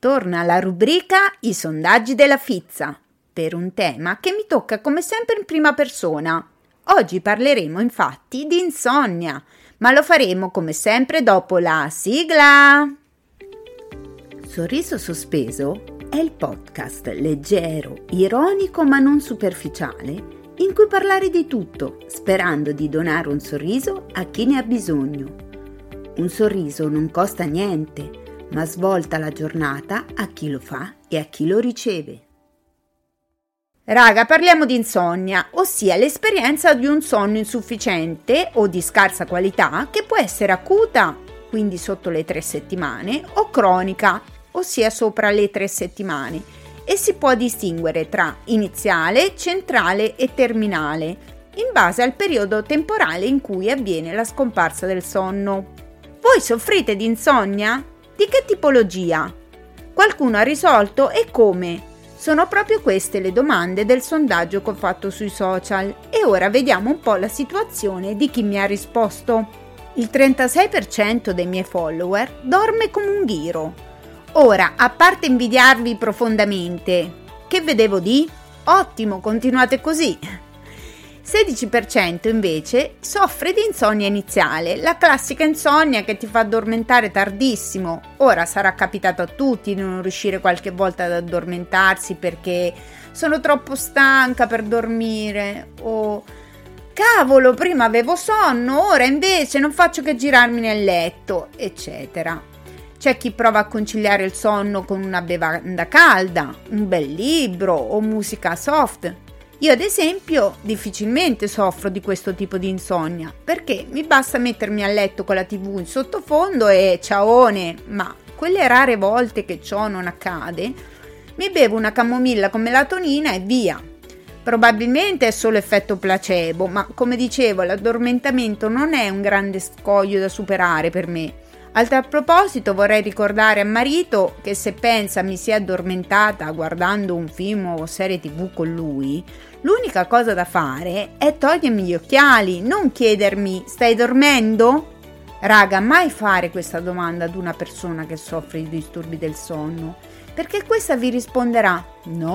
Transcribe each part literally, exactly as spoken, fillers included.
torna la rubrica I sondaggi della Fizza, per un tema che mi tocca come sempre in prima persona. Oggi parleremo infatti di insonnia, ma lo faremo come sempre dopo la sigla. Sorriso sospeso è il podcast leggero, ironico ma non superficiale, in cui parlare di tutto, sperando di donare un sorriso a chi ne ha bisogno. Un sorriso non costa niente, ma svolta la giornata a chi lo fa e a chi lo riceve. Raga, parliamo di insonnia, ossia l'esperienza di un sonno insufficiente o di scarsa qualità che può essere acuta, quindi sotto le tre settimane, o cronica, ossia sopra le tre settimane, e si può distinguere tra iniziale, centrale e terminale, in base al periodo temporale in cui avviene la scomparsa del sonno. Voi soffrite di insonnia? Di che tipologia? Qualcuno ha risolto e come? Sono proprio queste le domande del sondaggio che ho fatto sui social e ora vediamo un po' la situazione di chi mi ha risposto. Il trentasei per cento dei miei follower dorme come un ghiro. Ora, a parte invidiarvi profondamente, che vedevo di? Ottimo, continuate così! sedici per cento invece soffre di insonnia iniziale, la classica insonnia che ti fa addormentare tardissimo. Ora sarà capitato a tutti di non riuscire qualche volta ad addormentarsi perché sono troppo stanca per dormire o cavolo, prima avevo sonno, ora invece non faccio che girarmi nel letto, eccetera. C'è chi prova a conciliare il sonno con una bevanda calda, un bel libro o musica soft. Io ad esempio difficilmente soffro di questo tipo di insonnia perché mi basta mettermi a letto con la tivù in sottofondo e ciaone, ma quelle rare volte che ciò non accade mi bevo una camomilla con melatonina e via. Probabilmente è solo effetto placebo, ma come dicevo l'addormentamento non è un grande scoglio da superare per me. A tal proposito vorrei ricordare a marito che se pensa mi sia addormentata guardando un film o serie tv con lui, l'unica cosa da fare è togliermi gli occhiali, non chiedermi stai dormendo? Raga, mai fare questa domanda ad una persona che soffre di disturbi del sonno, perché questa vi risponderà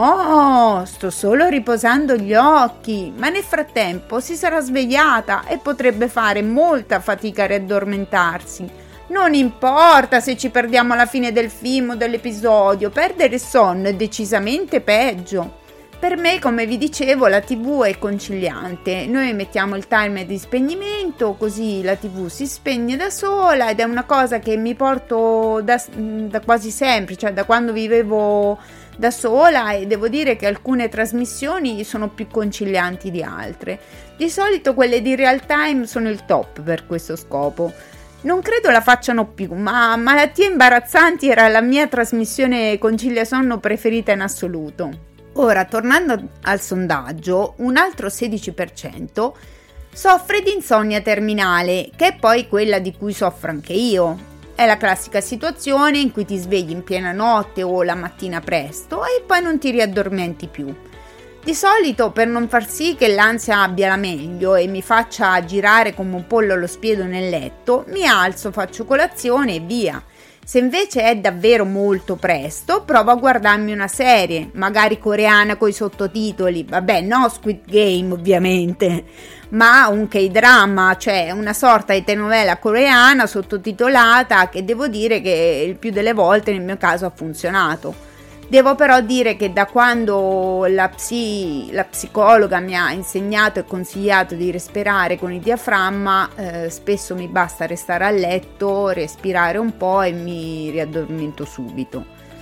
no, sto solo riposando gli occhi, ma nel frattempo si sarà svegliata e potrebbe fare molta fatica a riaddormentarsi. Non importa se ci perdiamo alla fine del film o dell'episodio, perdere il sonno è decisamente peggio. Per me, come vi dicevo, la tivù è conciliante. Noi mettiamo il timer di spegnimento, così la tivù si spegne da sola ed è una cosa che mi porto da, da quasi sempre, cioè da quando vivevo da sola, e devo dire che alcune trasmissioni sono più concilianti di altre. Di solito quelle di real time sono il top per questo scopo. Non credo la facciano più, ma Malattie imbarazzanti era la mia trasmissione concilia sonno preferita in assoluto. Ora, tornando al sondaggio, un altro sedici per cento soffre di insonnia terminale, che è poi quella di cui soffro anche io. È la classica situazione in cui ti svegli in piena notte o la mattina presto e poi non ti riaddormenti più. Di solito, per non far sì che l'ansia abbia la meglio e mi faccia girare come un pollo allo spiedo nel letto, mi alzo, faccio colazione e via. Se invece è davvero molto presto, provo a guardarmi una serie, magari coreana coi sottotitoli, vabbè, no Squid Game ovviamente, ma un K-drama, cioè una sorta di telenovela coreana sottotitolata che devo dire che il più delle volte nel mio caso ha funzionato. Devo però dire che da quando la, psi, la psicologa mi ha insegnato e consigliato di respirare con il diaframma, eh, spesso mi basta restare a letto, respirare un po' e mi riaddormento subito.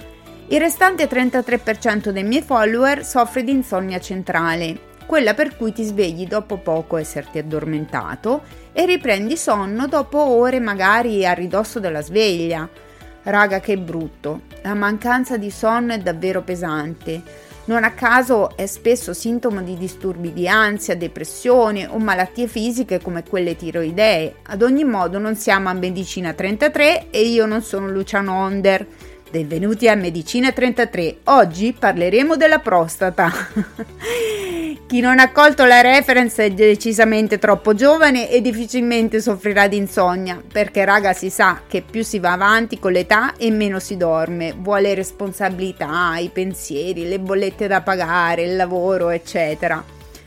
Il restante trentatré per cento dei miei follower soffre di insonnia centrale, quella per cui ti svegli dopo poco esserti addormentato e riprendi sonno dopo ore magari a ridosso della sveglia. Raga, che brutto, la mancanza di sonno è davvero pesante. Non a caso è spesso sintomo di disturbi di ansia, depressione o malattie fisiche come quelle tiroidee. Ad ogni modo non siamo a Medicina trentatré e io non sono Luciano Onder. Benvenuti a Medicina trentatré, oggi parleremo della prostata. Chi non ha colto la reference è decisamente troppo giovane e difficilmente soffrirà di insonnia, perché raga si sa che più si va avanti con l'età e meno si dorme, vuole responsabilità, i pensieri, le bollette da pagare, il lavoro, eccetera.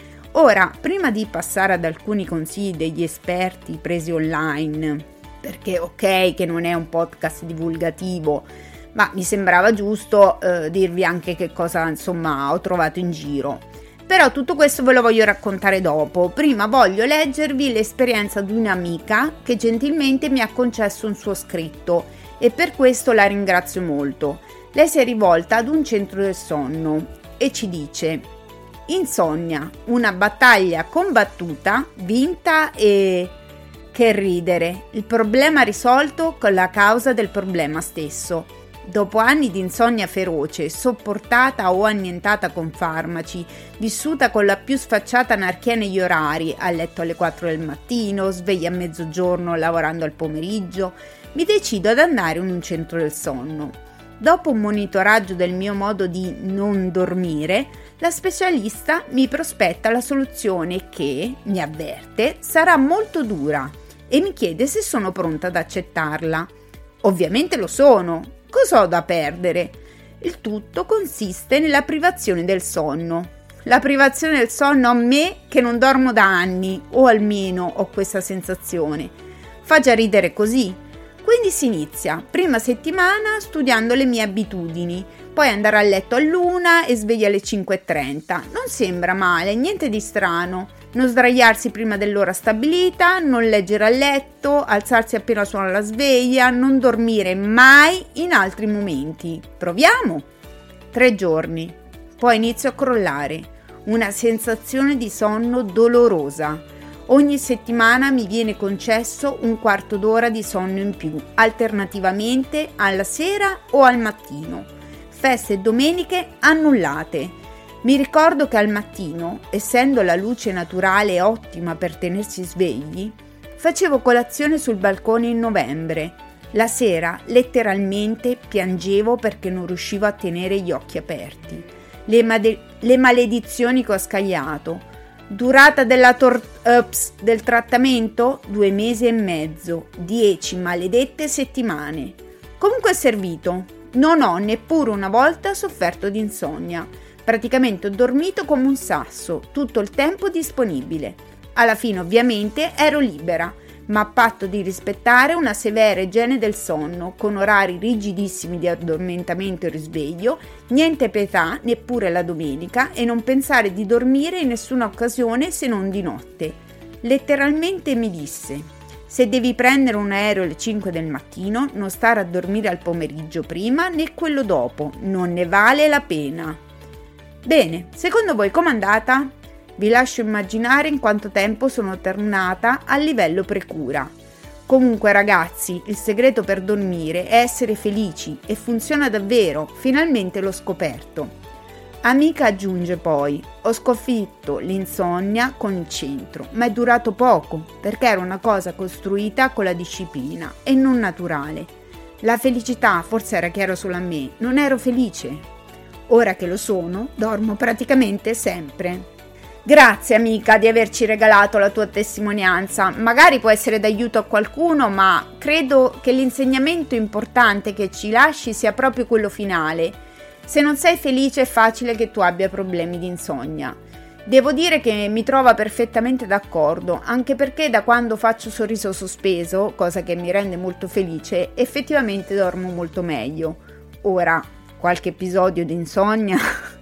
Ora, prima di passare ad alcuni consigli degli esperti presi online, perché ok che non è un podcast divulgativo, ma mi sembrava giusto eh, dirvi anche che cosa insomma ho trovato in giro. Però tutto questo ve lo voglio raccontare dopo. Prima voglio leggervi l'esperienza di un'amica che gentilmente mi ha concesso un suo scritto e per questo la ringrazio molto. Lei si è rivolta ad un centro del sonno e ci dice: insonnia, una battaglia combattuta, vinta e... che ridere, il problema risolto con la causa del problema stesso. Dopo anni di insonnia feroce, sopportata o annientata con farmaci, vissuta con la più sfacciata anarchia negli orari, a letto alle quattro del mattino, sveglia a mezzogiorno lavorando al pomeriggio, mi decido ad andare in un centro del sonno. Dopo un monitoraggio del mio modo di non dormire, la specialista mi prospetta la soluzione che, mi avverte, sarà molto dura e mi chiede se sono pronta ad accettarla. Ovviamente lo sono. Cosa ho da perdere? Il tutto consiste nella privazione del sonno. La privazione del sonno a me che non dormo da anni, o almeno ho questa sensazione. Fa già ridere così. Quindi si inizia, prima settimana, studiando le mie abitudini, poi andare a letto all'una e sveglia alle cinque e trenta. Non sembra male, niente di strano. Non sdraiarsi prima dell'ora stabilita, non leggere a letto, alzarsi appena suona la sveglia, non dormire mai in altri momenti. Proviamo! Tre giorni, poi inizio a crollare, una sensazione di sonno dolorosa. Ogni settimana mi viene concesso un quarto d'ora di sonno in più, alternativamente alla sera o al mattino. Feste e domeniche annullate. Mi ricordo che al mattino, essendo la luce naturale ottima per tenersi svegli, facevo colazione sul balcone in novembre. La sera letteralmente piangevo perché non riuscivo a tenere gli occhi aperti. Le, made- le maledizioni che ho scagliato. Durata della tor- ups, del trattamento? Due mesi e mezzo. Dieci maledette settimane. Comunque è servito. Non ho neppure una volta sofferto di insonnia. Praticamente ho dormito come un sasso, tutto il tempo disponibile. Alla fine ovviamente ero libera, ma a patto di rispettare una severa igiene del sonno, con orari rigidissimi di addormentamento e risveglio, niente pietà neppure la domenica e non pensare di dormire in nessuna occasione se non di notte. Letteralmente mi disse: se devi prendere un aereo alle cinque del mattino, non stare a dormire al pomeriggio prima né quello dopo, non ne vale la pena. Bene, secondo voi com'è andata? Vi lascio immaginare in quanto tempo sono tornata al livello precura. Comunque ragazzi, il segreto per dormire è essere felici e funziona davvero, finalmente l'ho scoperto. Amica aggiunge poi: ho sconfitto l'insonnia con il centro, ma è durato poco perché era una cosa costruita con la disciplina e non naturale. La felicità forse era chiaro solo a me, non ero felice. Ora che lo sono, dormo praticamente sempre. Grazie amica di averci regalato la tua testimonianza, magari può essere d'aiuto a qualcuno, ma credo che l'insegnamento importante che ci lasci sia proprio quello finale. Se non sei felice è facile che tu abbia problemi di insonnia. Devo dire che mi trova perfettamente d'accordo, anche perché da quando faccio sorriso sospeso, cosa che mi rende molto felice, effettivamente dormo molto meglio. Ora, qualche episodio di insonnia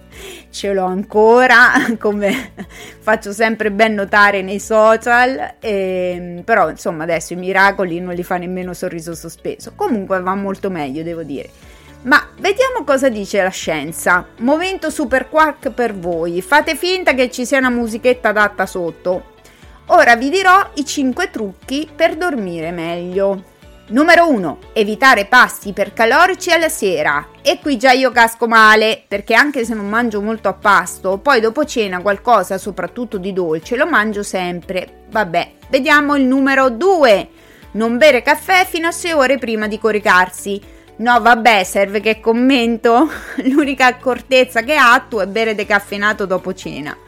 ce l'ho ancora, come faccio sempre ben notare nei social, e, però insomma adesso i miracoli non li fa nemmeno sorriso sospeso. Comunque va molto meglio, devo dire. Ma vediamo cosa dice la scienza. Momento super quark per voi, fate finta che ci sia una musichetta adatta sotto. Ora vi dirò i cinque trucchi per dormire meglio. Numero uno. Evitare pasti ipercalorici alla sera. E qui già io casco male, perché anche se non mangio molto a pasto, poi dopo cena qualcosa, soprattutto di dolce, lo mangio sempre. Vabbè, vediamo il numero due. Non bere caffè fino a sei ore prima di coricarsi. No vabbè, serve che commento? L'unica accortezza che attuo è bere decaffeinato dopo cena.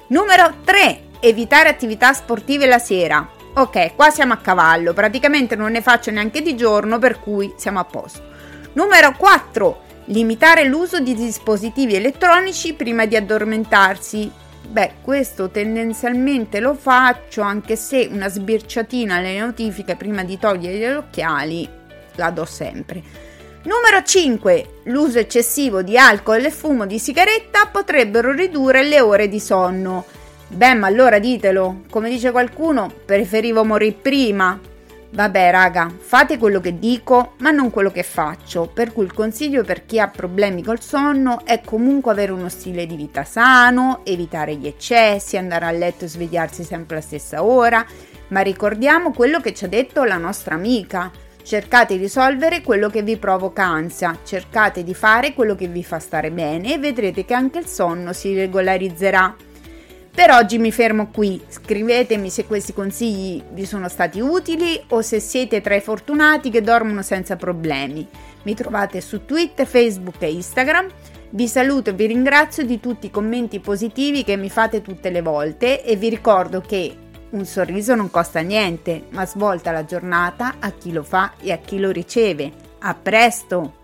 Numero tre. Evitare attività sportive la sera. Ok, qua siamo a cavallo, praticamente non ne faccio neanche di giorno, per cui siamo a posto. Numero quattro. Limitare l'uso di dispositivi elettronici prima di addormentarsi. Beh, questo tendenzialmente lo faccio, anche se una sbirciatina alle notifiche prima di togliere gli occhiali la do sempre. Numero cinque. L'uso eccessivo di alcol e fumo di sigaretta potrebbero ridurre le ore di sonno. Beh, ma allora ditelo, come dice qualcuno, preferivo morire prima. Vabbè raga, fate quello che dico, ma non quello che faccio, per cui il consiglio per chi ha problemi col sonno è comunque avere uno stile di vita sano, evitare gli eccessi, andare a letto e svegliarsi sempre alla stessa ora, ma ricordiamo quello che ci ha detto la nostra amica. Cercate di risolvere quello che vi provoca ansia, cercate di fare quello che vi fa stare bene e vedrete che anche il sonno si regolarizzerà. Per oggi mi fermo qui, scrivetemi se questi consigli vi sono stati utili o se siete tra i fortunati che dormono senza problemi. Mi trovate su Twitter, Facebook e Instagram. Vi saluto e vi ringrazio di tutti i commenti positivi che mi fate tutte le volte e vi ricordo che un sorriso non costa niente, ma svolta la giornata a chi lo fa e a chi lo riceve. A presto!